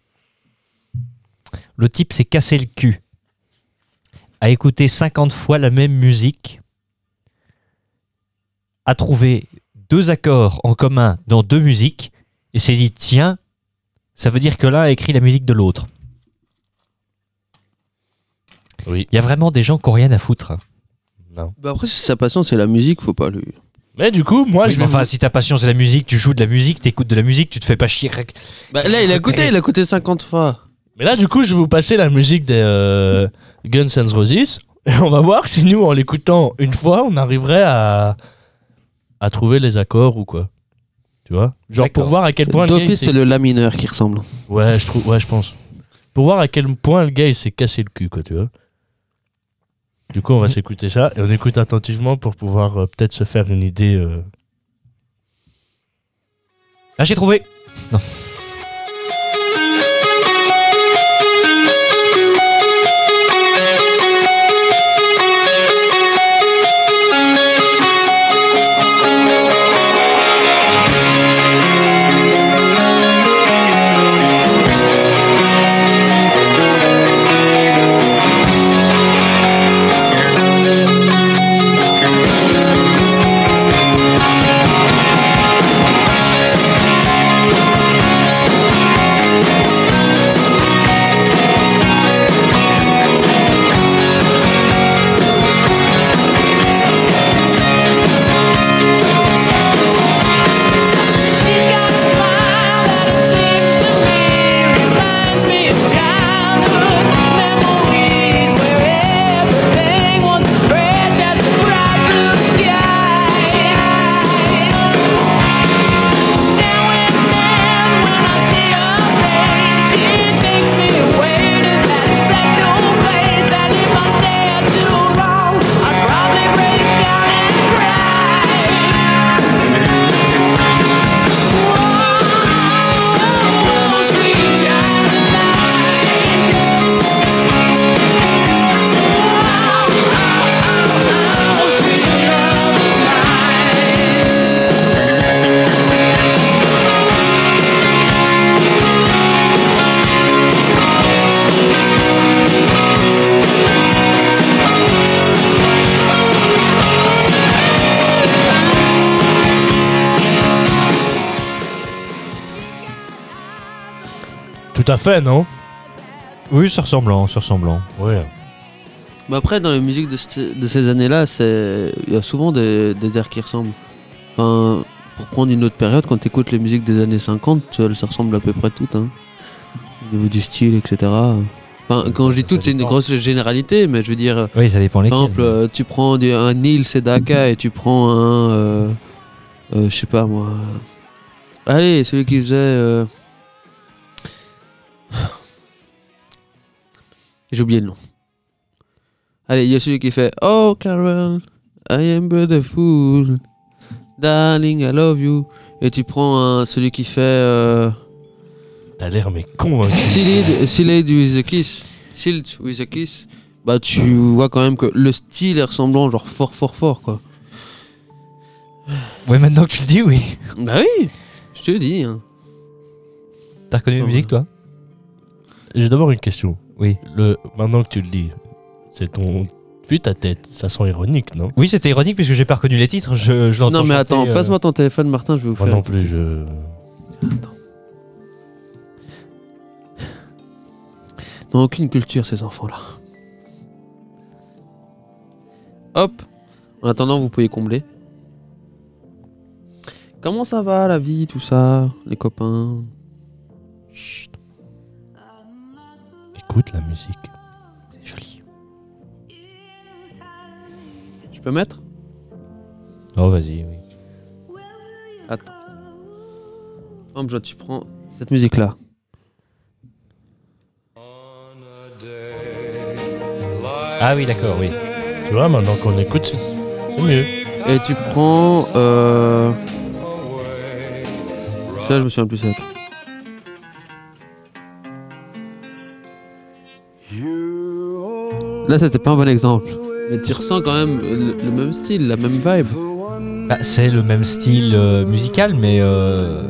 Le type s'est cassé le cul à écouter cinquante fois la même musique, à trouver deux accords en commun dans deux musiques, et s'est dit, tiens, ça veut dire que l'un a écrit la musique de l'autre. Oui. Il y a vraiment des gens qui n'ont rien à foutre. Non. Bah après, si sa passion, c'est la musique, faut pas lui... Mais du coup, moi, Oui, je mais vais enfin, vous- si ta passion c'est la musique, tu joues de la musique, t'écoutes de la musique, tu te fais pas chier. Bah, là, il a écouté, il a écouté cinquante fois. Mais là, du coup, je vais vous passer la musique des euh, Guns N' Roses. Et on va voir si nous, en l'écoutant une fois, on arriverait à, à trouver les accords ou quoi. Tu vois? Genre pour D'accord. voir à quel point le gars, il D'office, s'est- c'est le La mineur qui ressemble. Ouais, je trouve, ouais, je pense. Pour voir à quel point le gars il s'est cassé le cul, quoi, tu vois. Du coup, on va s'écouter ça et on écoute attentivement pour pouvoir euh, peut-être se faire une idée. euh. Ah, j'ai trouvé. Non. Tout à fait, non? Oui, c'est ressemblant, c'est ressemblant. Ouais. Mais après, dans les musiques de, cette- de ces années-là, c'est il y a souvent des, des airs qui ressemblent. Enfin, pour prendre une autre période, quand tu écoutes les musiques des années cinquante, elles se ressemblent à peu près toutes. Hein. Au niveau du style, et cetera. Enfin, quand je dis toutes, c'est une dépend. grosse généralité, mais je veux dire, Oui, ça dépend par lesquels. exemple, euh, tu prends du, un Neil Sedaka et tu prends un. Euh, euh, je sais pas moi. Allez, celui qui faisait. Euh... J'ai oublié le nom. Allez, il y a celui qui fait Oh Carol, I am but a fool. Darling, I love you. Et tu prends un, celui qui fait. Euh... T'as l'air mais convaincu. Sealed, Sealed with a kiss. Sealed with a kiss. Bah, tu vois quand même que le style est ressemblant, genre fort, fort, fort, quoi. Ouais, maintenant que tu le dis, oui. Bah oui, je te le dis. Hein. T'as reconnu la Oh, musique, toi? J'ai d'abord une question. Oui. Le, maintenant que tu le dis, c'est ton. Vu ta tête, ça sent ironique, non? Oui, c'était ironique puisque j'ai pas reconnu les titres. Je, je l'entends Non, mais chanter, attends, euh, passe-moi ton téléphone, Martin, je vais vous Moi faire. non plus, je. Attends. Ils n'ont aucune culture, ces enfants-là. Hop. En attendant, vous pouvez combler. Comment ça va, la vie, tout ça, les copains? Chut. Écoute la musique. C'est joli. Je peux mettre? Oh, vas-y, oui. Attends. Hop, Joe, tu prends cette musique-là. Ah oui, d'accord, oui. Tu vois, maintenant qu'on écoute, c'est c'est mieux. Et tu prends... Euh... Ça, je me souviens plus ça. Là, c'était pas un bon exemple. Mais tu ressens quand même le, le même style, la même vibe. Bah, c'est le même style euh, musical, mais euh...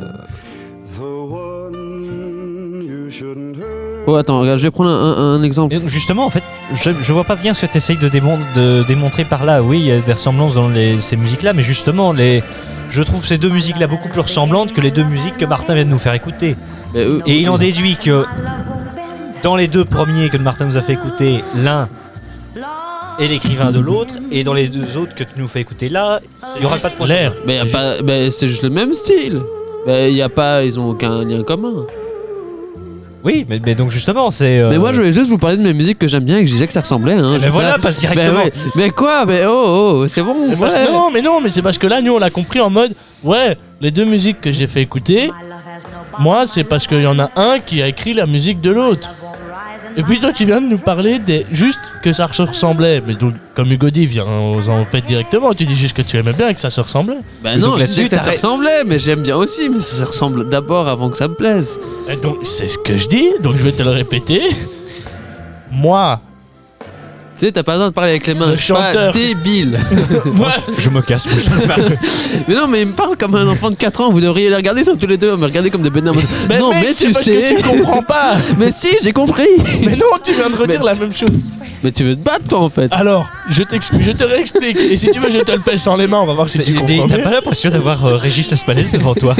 Oh, attends, regarde, je vais prendre un, un- un exemple. et donc, justement, en fait, je, je vois pas bien ce que tu essayes de, démon- de démontrer par là. Oui, il y a des ressemblances dans les, ces musiques-là, mais justement, les, je trouve ces deux musiques-là beaucoup plus ressemblantes que les deux musiques que Martin vient de nous faire écouter. Mais eux- Et il en déduit que dans les deux premiers que Martin nous a fait écouter, l'un et l'écrivain de l'autre, et dans les deux autres que tu nous fais écouter là, il n'y aura pas de point. L'air. Mais, y a C'est pas, mais c'est juste le même style. Mais y a pas, ils ont aucun lien commun. Oui, mais, mais donc justement, c'est. euh, Mais moi, je voulais juste vous parler de mes musiques que j'aime bien et que je disais que ça ressemblait. Hein. Mais Je voilà, fais- passe Mais, directement. ouais. Mais quoi Mais oh, oh, c'est bon. Mais parce- ouais. Non, mais non, mais c'est parce que là, nous, on l'a compris en mode, ouais, les deux musiques que j'ai fait écouter, moi, c'est parce qu'il y en a un qui a écrit la musique de l'autre. Et puis toi, tu viens de nous parler des juste que ça se ressemblait. Mais donc, comme Hugo dit, viens, on en fait directement. Tu dis juste que tu aimais bien et que ça se ressemblait. Bah Et non, donc je disais là-dessus, que ça se t'arrêtes- ressemblait, mais j'aime bien aussi. Mais ça se ressemble d'abord avant que ça me plaise. Et donc, c'est ce que je dis, donc je vais te le répéter. Moi, Tu sais, t'as pas besoin de parler avec les mains. Le je suis pas chanteur. débile. moi, Je me casse. Mais non, mais il me parle comme un enfant de quatre ans. Vous devriez les regarder, ils sont tous les deux. Me regarder comme des bénins. mais non, mec, mais c'est tu parce sais. que tu comprends pas. Mais si, j'ai compris. Mais non, tu viens de redire Mais- la même chose. Mais tu veux te battre, toi, en fait. Alors, je t'explique, je te réexplique. Et si tu veux, je te le fais sans les mains. On va voir si tu comprends T'as mieux. pas l'impression d'avoir euh, Régis Espanel devant toi?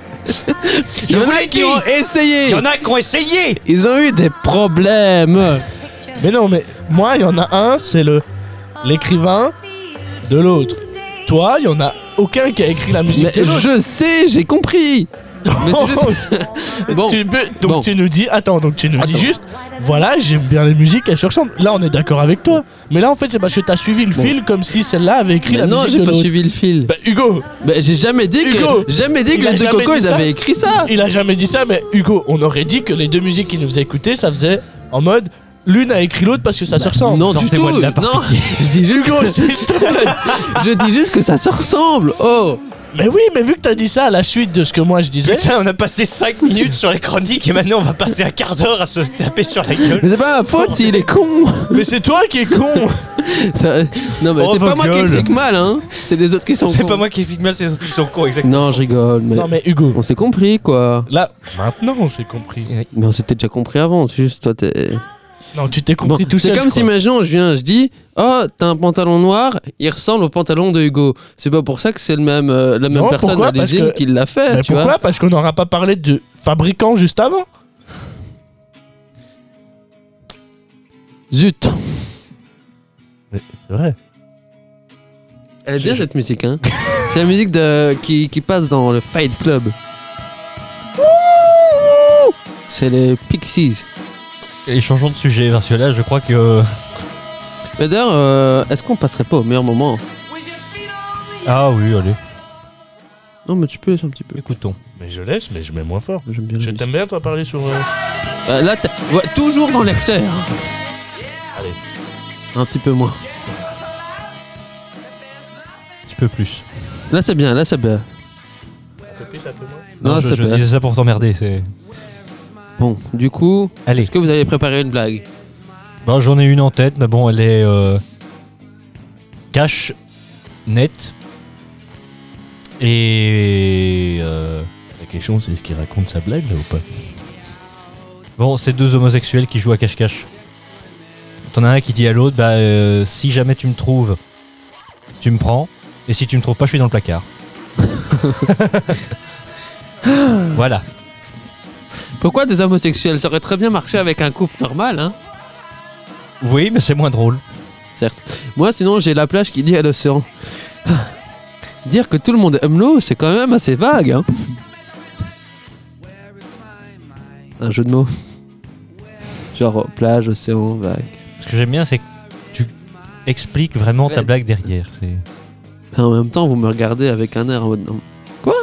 Je vous vous l'ai qui dit. ont essayé. Il y en a qui ont essayé. Ils ont eu des problèmes. Mais non, mais moi, il y en a un, c'est le l'écrivain de l'autre. Toi, il y en a aucun qui a écrit la musique Mais de l'autre. je sais, j'ai compris. Mais c'est juste. Bon. Tu peux- donc bon. tu nous dis, attends, donc tu nous dis Attends. juste, voilà, j'aime bien les musiques, elles se ressemblent. Là, on est d'accord avec toi. Mais là, en fait, c'est parce que t'as suivi le fil comme si celle-là avait écrit Mais la non, musique j'ai de pas l'autre. suivi le fil. Bah, Hugo, Mais j'ai jamais dit Hugo, que. Jamais dit il que a les deux jamais cocos dit ils ça. avaient écrit ça. il a jamais dit ça, mais Hugo, on aurait dit que les deux musiques qu'il nous faisait écouter, ça faisait en mode, l'une a écrit l'autre parce que ça se ressemble. Non, du sortez-moi tout. de là, par Non, pitié. je dis juste Hugo, que. s'il te plaît. Je dis juste que ça se ressemble. Oh. Mais oui, mais vu que t'as dit ça à la suite de ce que moi je disais. Putain, on a passé cinq minutes sur les chroniques et maintenant on va passer un quart d'heure à se taper sur la gueule. Mais c'est pas ma faute s'il est con. Mais c'est toi qui es con. Ça- Non, mais Oh, c'est vos pas moi qui gueules. explique mal, hein. C'est les autres qui sont C'est cons. pas moi qui explique mal, c'est les autres qui sont cons, exactement. Non, je rigole. Mais Non mais Hugo, on s'est compris, quoi. là, maintenant on s'est compris. Mais on s'était déjà compris avant. C'est juste toi, t'es. Non, tu t'es Bon, compris tout c'est seul. comme je si, crois. imaginons, je viens, je dis, oh, t'as un pantalon noir, il ressemble au pantalon de Hugo. C'est pas pour ça que c'est le même, euh, la même Non, personne pourquoi à Parce l'usine que- qui l'a fait, Mais tu pourquoi vois. Parce qu'on n'aura pas parlé de fabricant juste avant. Zut. C'est vrai. Elle est bien cette musique, hein. C'est la musique de... qui, qui passe dans le Fight Club. C'est les Pixies. Et changeons de sujet, parce que là, je crois que. Mais d'ailleurs, euh, est-ce qu'on passerait pas au meilleur moment? Ah oui, allez, Non, mais tu peux laisser un petit peu. écoutons. Mais je laisse, mais je mets moins fort. J'aime bien la Je musique. t'aime bien toi parler sur. euh, Euh, là, t'as- ouais, toujours dans l'excès. Hein. Allez. Un petit peu moins. Un petit peu plus. Là, c'est bien, là, c'est bien. Un peu plus, un peu moins. Non, je, c'est je bien. disais ça pour t'emmerder, c'est. Bon, du coup, Allez. est-ce que vous avez préparé une blague? Bon, j'en ai une en tête, mais bon, elle est. Euh... cash, net. Et. euh, La question c'est est-ce qu'il raconte sa blague là ou pas? Bon, c'est deux homosexuels qui jouent à cache-cache. T'en as un qui dit à l'autre, bah, euh, si jamais tu me trouves, tu me prends. Et si tu me trouves pas, je suis dans le placard. Voilà. Pourquoi des homosexuels? Ça aurait très bien marché avec un couple normal, hein. Oui, mais c'est moins drôle. Certes. Moi, sinon, j'ai la plage qui dit à l'océan. Dire que tout le monde aime l'eau, c'est quand même assez vague, hein. Un jeu de mots. Genre plage, océan, vague. Ce que j'aime bien, c'est que tu expliques vraiment ta Ouais. blague derrière. C'est... Et en même temps, vous me regardez avec un air en mode non. Quoi?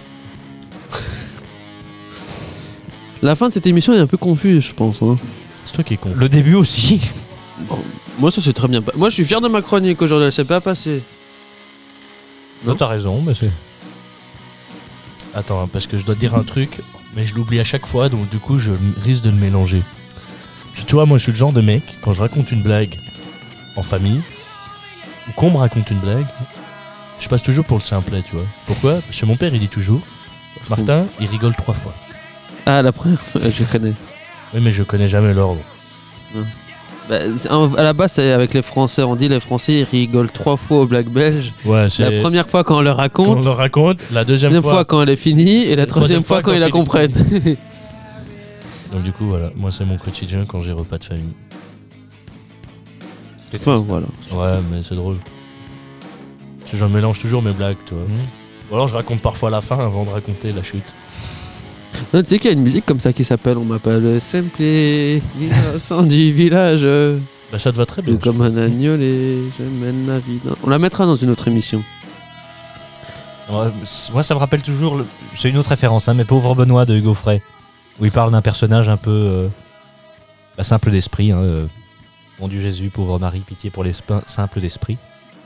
La fin de cette émission est un peu confuse, je pense. Hein. C'est toi qui es con. Le début aussi. Moi, ça c'est très bien. pa- Moi, je suis fier de ma chronique aujourd'hui. Elle s'est pas passée. Non. Non, t'as raison, mais c'est. Attends, hein, parce que je dois te dire un truc, mais je l'oublie à chaque fois, donc du coup je m- risque de le mélanger. Je- Tu vois, moi je suis le genre de mec, quand je raconte une blague en famille, ou qu'on me raconte une blague, je passe toujours pour le simplet, tu vois. Pourquoi? Parce que mon père il dit toujours, Martin, il rigole trois fois. Ah, la première, je connais. Oui, mais je connais jamais l'ordre. Bah, c'est- en- à la base, c'est avec les Français. On dit les Français ils rigolent trois fois aux blagues belges. Ouais, c'est. La première fois quand on leur Quand on raconte, le raconte, la la deuxième deuxième fois. fois quand elle est finie, et la troisième fois quand ils la ils- comprennent. Donc du coup, voilà, moi c'est mon quotidien quand j'ai repas de famille. C'est Enfin, triste. voilà. Ouais, mais c'est drôle. Parce que je mélange toujours mes blagues, tu vois. Mhm. Ou alors je raconte parfois la fin avant de raconter la chute. Non, tu sais qu'il y a une musique comme ça qui s'appelle On m'appelle Simplé, l'innocent du village. Bah ça te va très bien. Tout comme un agneau, et je mène la vie. dans- On la mettra dans une autre émission. Ouais, c- Moi, ça me rappelle toujours. le- C'est une autre référence, hein, mais Pauvre Benoît de Hugo Frey, où il parle d'un personnage un peu euh, bah, simple d'esprit. Hein, euh, Mon Dieu Jésus, pauvre Marie, pitié pour les sp- simples d'esprit.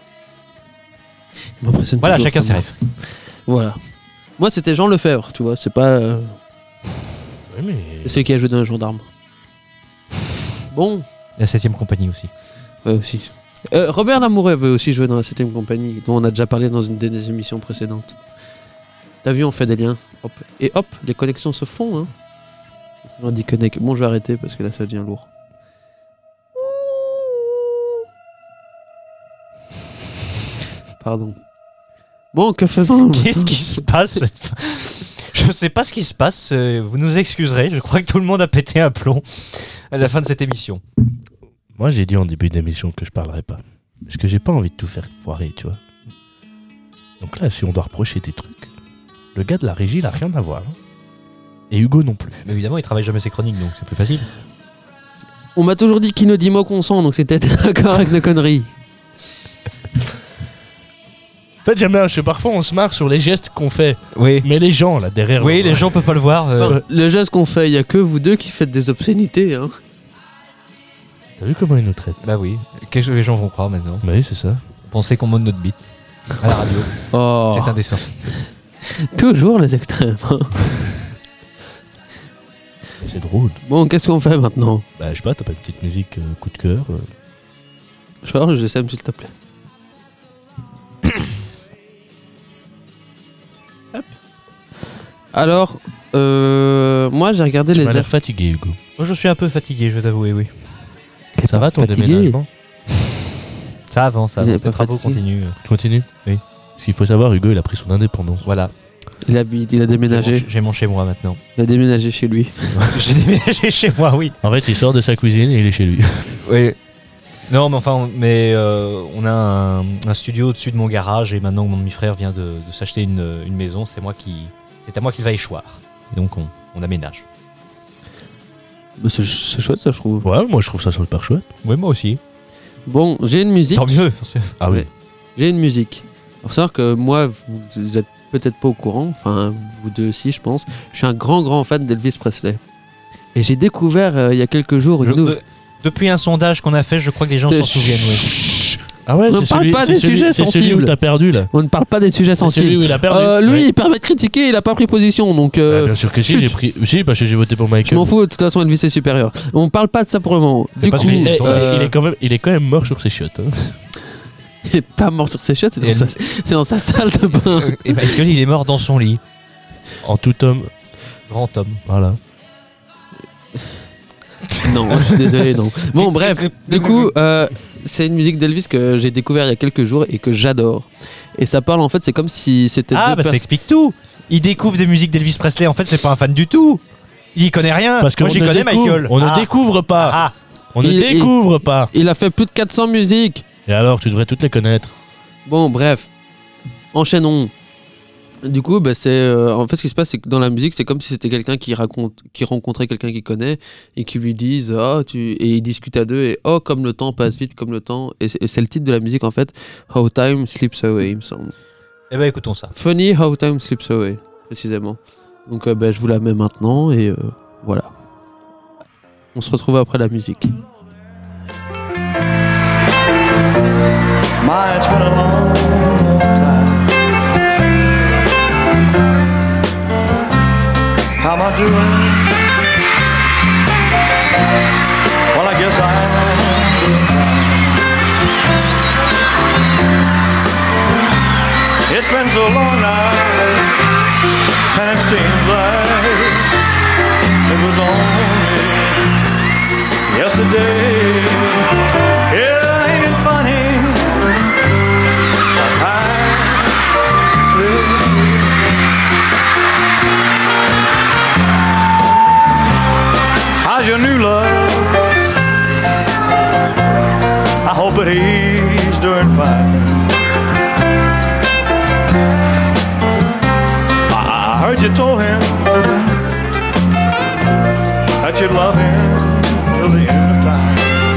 Il m'impressionne Voilà, toujours, chacun ses vraiment. rêves. Voilà. Moi, c'était Jean Lefebvre, tu vois. C'est pas. euh, Ouais, mais... C'est celui qui a joué dans un gendarme. Bon, La septième compagnie aussi. ouais, aussi. Euh, Robert Lamoureux avait aussi joué dans la septième compagnie, dont on a déjà parlé dans une des émissions précédentes. T'as vu, on fait des liens. Hop. Et hop, les connexions se font. Hein. On dit connect. Bon, je vais arrêter parce que là, ça devient lourd. Pardon. Bon, que faisons-nous Qu'est-ce qui se passe cette fin Je sais pas ce qui se passe. euh, Vous nous excuserez. Je crois que tout le monde a pété un plomb à la fin de cette émission. Moi j'ai dit en début d'émission que je parlerais pas. Parce que j'ai pas envie de tout faire foirer, tu vois. Donc là, si on doit reprocher des trucs, le gars de la régie il a rien à voir. hein. Et Hugo non plus. Mais évidemment, il travaille jamais ses chroniques, donc c'est plus facile. On m'a toujours dit qu'il ne dit mot consent, donc c'était d'accord avec nos conneries. En fait, j'aime bien, je sais, parfois on se marre sur les gestes qu'on fait. Oui. Mais les gens là derrière. Oui, nous, les gens peuvent pas le voir. euh, Enfin, le geste qu'on fait, il y a que vous deux qui faites des obscénités. Hein. T'as vu comment ils nous traitent? Bah oui. Qu'est-ce que les gens vont croire maintenant? Bah oui, c'est ça. Penser qu'on monte notre bite à la radio. Oh, C'est indécent. toujours les extrêmes. hein. Et c'est drôle. Bon, qu'est-ce qu'on fait maintenant? Bah je sais pas, t'as pas une petite musique euh, coup de cœur euh, Charles, je sais, s'il te plaît. Hop. Alors, euh, moi j'ai regardé Tu les m'as l'air airs- fatigué, Hugo. Moi, je suis un peu fatigué, je vais t'avouer, oui. Ça va ton fatigué. déménagement? Ça avance, ça Il est avance. pas Les travaux fatigué. continuent. Continue. Oui. Parce qu'il faut savoir, Hugo, il a pris son indépendance. Voilà. Il, habite, il a J'ai déménagé. mon, j'ai mon chez moi maintenant. Il a déménagé chez lui. J'ai déménagé chez moi, oui. En fait, il sort de sa cuisine et il est chez lui. Oui. Non, mais enfin, on, mais euh, on a un, un studio au-dessus de mon garage et maintenant que mon demi-frère vient de, de s'acheter une, une maison, c'est moi qui, c'est à moi qu'il va échoir. Et donc on, on aménage. Bah, c'est, c'est chouette ça, je trouve. Ouais, moi je trouve ça super chouette. Oui, moi aussi. Bon, j'ai une musique. Tant mieux. parce que- Ah oui. Ouais. J'ai une musique. Il faut savoir que moi, vous, vous êtes peut-être pas au courant, enfin vous deux aussi, je pense. Je suis un grand, grand fan d'Elvis Presley. Et j'ai découvert euh, il y a quelques jours une Je- nouvelle. de- depuis un sondage qu'on a fait, je crois que les gens De- s'en souviennent. Oui. Ah ouais, On c'est parle celui, pas c'est des celui- sujets c'est celui où sensibles. t'as perdu là. On ne parle pas des sujets C'est celui sensibles. où il a perdu. Euh, lui, Ouais. il permet de critiquer, il a pas pris position, donc euh, Bah, bien sûr que si, chut. j'ai pris. Si, parce que j'ai voté pour je Michael. m'en fous. De toute façon, Elvis est supérieur. On parle pas de ça pour le moment. C'est Du pas coup, ce que je Il disais, est, son- euh, il est quand même, il est quand même mort sur ses chiottes. hein. il est pas mort sur ses chiottes, c'est Et dans, elle- sa... c'est dans sa salle de bain. Et Michael, il est mort dans son lit. En tout homme. Grand homme. Voilà. Non, je suis désolé, non. Bon, bref, du coup, euh, c'est une musique d'Elvis que j'ai découvert il y a quelques jours et que j'adore. Et ça parle, en fait, c'est comme si c'était Ah, deux bah ça pers- explique tout. Il découvre des musiques d'Elvis Presley. En fait, c'est pas un fan du tout. Il y connaît rien. Parce que moi, j'y on ne connais découvre- Michael. On Ah. ne découvre pas. Ah, On ne Il- découvre pas. Il a fait plus de quatre cents musiques. Et alors, tu devrais toutes les connaître. Bon, bref, enchaînons. Du coup, bah, c'est euh, en fait ce qui se passe, c'est que dans la musique, c'est comme si c'était quelqu'un qui raconte, qui rencontrait quelqu'un qu'il connaît et qui lui dise, oh, tu et ils discutent à deux et oh, comme le temps passe vite, comme le temps. Et c'est, et c'est le titre de la musique en fait, How Time Slips Away, il me semble. Eh ben, écoutons ça. Funny How Time Slips Away, précisément. Donc, euh, bah, je vous la mets maintenant et euh, voilà. On se retrouve après la musique. My, it's been a long time. How am I doing? Well, I guess I'm doing fine. It's been so long now, and it seems like it was only yesterday. Yeah, ain't it funny? Time slips. How's your new love? I hope but he's doing fine. I, I heard you told him that you love him till the end of time.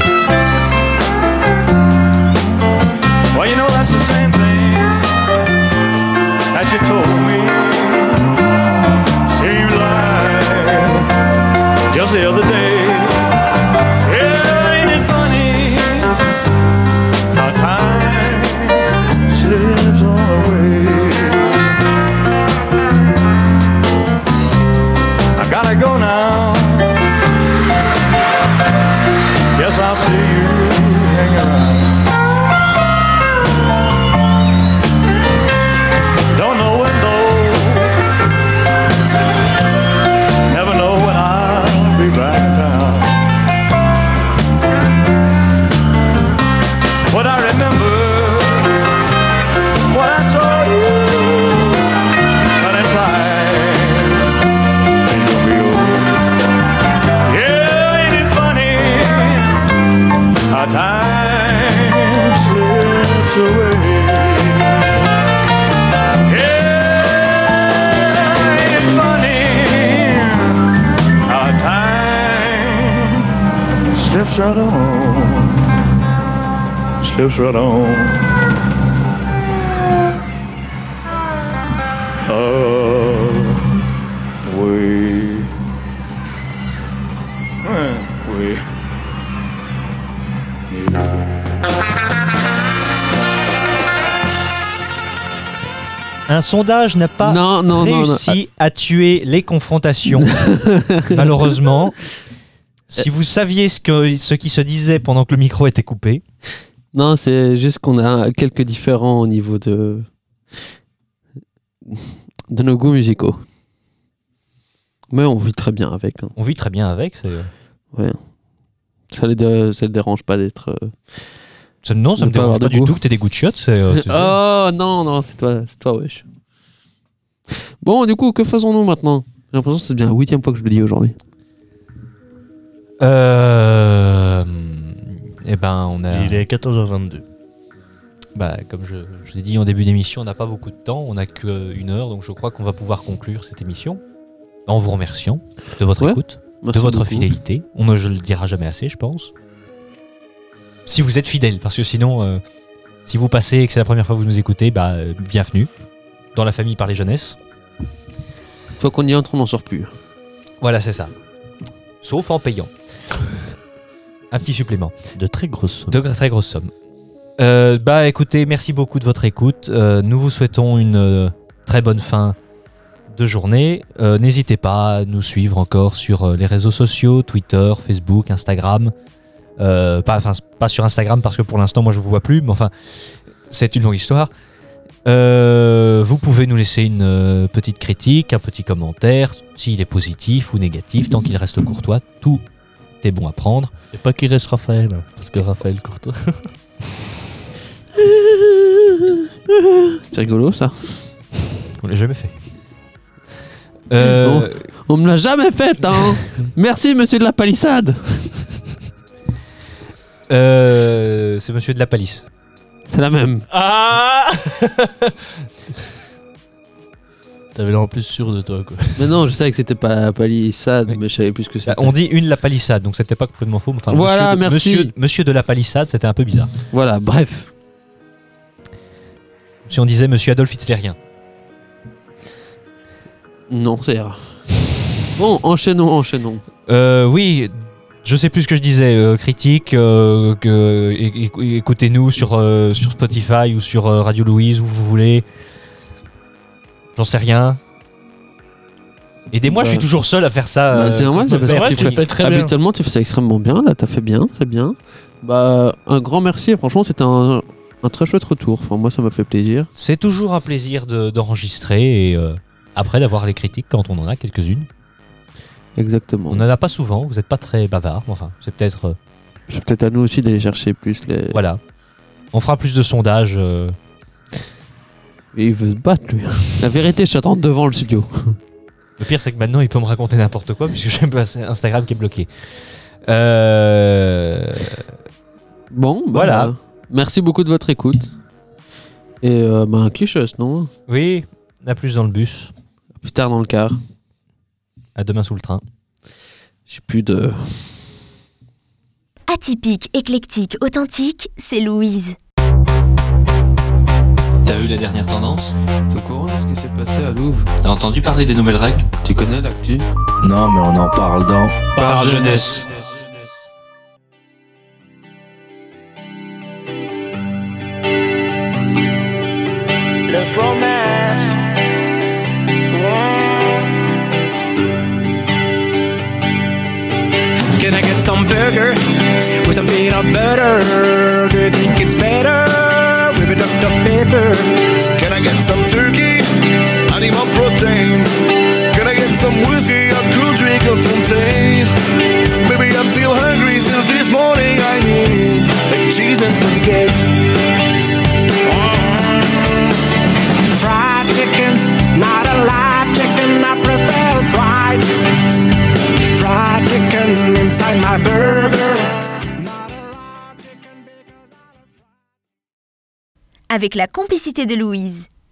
Well, you know that's the same thing that you told me. Seemed like just the other day. Yeah, ain't it funny how time slips away? I gotta go now. Guess I'll see you hang around. Don't know when though, never know when I'll be back in town. But I remember what I told you, that in time it'll be over. Yeah, ain't it funny how time slips away? Slips right on, slips right on. Away, away. Un sondage n'a pas Non, non, non, réussi à tuer les confrontations, malheureusement. Si vous saviez ce, que, ce qui se disait pendant que le micro était coupé. Non, c'est juste qu'on a quelques différents au niveau de de nos goûts musicaux. Mais on vit très bien avec. Hein. On vit très bien avec. C'est... Ouais. Ça les, dé- ça les dérange pas d'être. Euh... Ça, non, ça de me pas dérange avoir pas de du goût. tout que t'aies des goûts de chiottes. C'est, euh, tu sais. Oh non, non, c'est toi, c'est toi, wesh. Bon, du coup, que faisons-nous maintenant? J'ai l'impression que c'est bien la huitième fois que je le dis aujourd'hui. Euh... Eh ben, on a... Il est quatorze heures vingt-deux. Bah, comme je, je l'ai dit en début d'émission, on n'a pas beaucoup de temps, on n'a qu'une heure, donc je crois qu'on va pouvoir conclure cette émission en vous remerciant de votre Ouais, écoute, merci de votre beaucoup. fidélité. On ne je le dira jamais assez, je pense. Si vous êtes fidèle, parce que sinon, euh, si vous passez et que c'est la première fois que vous nous écoutez, bah, euh, bienvenue dans la famille par les jeunesses. Une fois qu'on y entre, on n'en sort plus. Voilà, c'est ça. Sauf en payant. Un petit supplément. De très grosses sommes. De très grosses sommes. Euh, bah écoutez, merci beaucoup de votre écoute. Euh, nous vous souhaitons une euh, très bonne fin de journée. Euh, n'hésitez pas à nous suivre encore sur euh, les réseaux sociaux, Twitter, Facebook, Instagram. Euh, pas, enfin, pas sur Instagram parce que pour l'instant moi je vous vois plus, mais enfin c'est une longue histoire. Euh, vous pouvez nous laisser une euh, petite critique, un petit commentaire, s'il est positif ou négatif, tant qu'il reste courtois, tout est bon à prendre. Et pas qu'il reste Raphaël, parce que Raphaël Courtois. C'est rigolo ça. On l'a jamais fait. Euh, On, on me l'a jamais fait, hein. Merci, monsieur de la palissade. euh, c'est monsieur de la Palisse. C'est la même. Ah T'avais l'air en plus sûr de toi, quoi. Mais non, je savais que c'était pas la palissade, Oui. mais je savais plus ce que c'était. Bah, on dit une la palissade, donc c'était pas complètement faux. mais Enfin, Voilà, monsieur de, merci. Monsieur, monsieur de la palissade, c'était un peu bizarre. Voilà, bref. Si on disait monsieur Adolphe Hitlérien. Non, c'est rare. Bon, enchaînons, enchaînons. Euh, oui, je sais plus ce que je disais. Euh, critique, euh, que, é- é- écoutez-nous sur, euh, sur Spotify ou sur euh, Radio Louise, où vous voulez. J'en sais rien. Aidez-moi, Bah, je suis toujours seul à faire ça. Bah, euh, c'est normal, je me c'est parce perds. que tu tu fais très bien. Habituellement, tu fais ça extrêmement bien. Là, t'as fait bien, c'est bien. Bah, un grand merci. Franchement, c'était un, un très chouette retour. Enfin, moi, ça m'a fait plaisir. C'est toujours un plaisir de- d'enregistrer et euh, après d'avoir les critiques quand on en a quelques-unes. Exactement. On n'en a pas souvent, vous n'êtes pas très bavard. Enfin, c'est peut-être. euh, C'est peut-être à nous aussi d'aller chercher plus les. Voilà. On fera plus de sondages. euh, Et il veut se battre, lui. La vérité, je t'attends devant le studio. Le pire, c'est que maintenant, il peut me raconter n'importe quoi puisque j'ai un Instagram qui est bloqué. Euh... Bon, bah, Voilà. Merci beaucoup de votre écoute. Et euh, bah, un quicheuse, non? Oui, à plus dans le bus. Plus tard dans le car. À demain sous le train. J'ai plus de... Atypique, éclectique, authentique, c'est Louise. T'as vu la dernière tendance? T'es au courant de ce qui s'est passé à Louvre? T'as entendu parler des nouvelles règles? Tu connais l'actu? Non, mais on en parle dans Par jeunesse. Le fromage. Can I get some burger with some peanut butter? Do you think it's better with a Doctor Pepper? Can I get some turkey? I need more proteins. Can I get some whiskey? I could drink a fontaine. Maybe I'm still hungry since this morning. I need like cheese and baguettes. Fried chicken, not a live chicken. I prefer fried. Fried chicken inside my burger. Avec la complicité de Louise.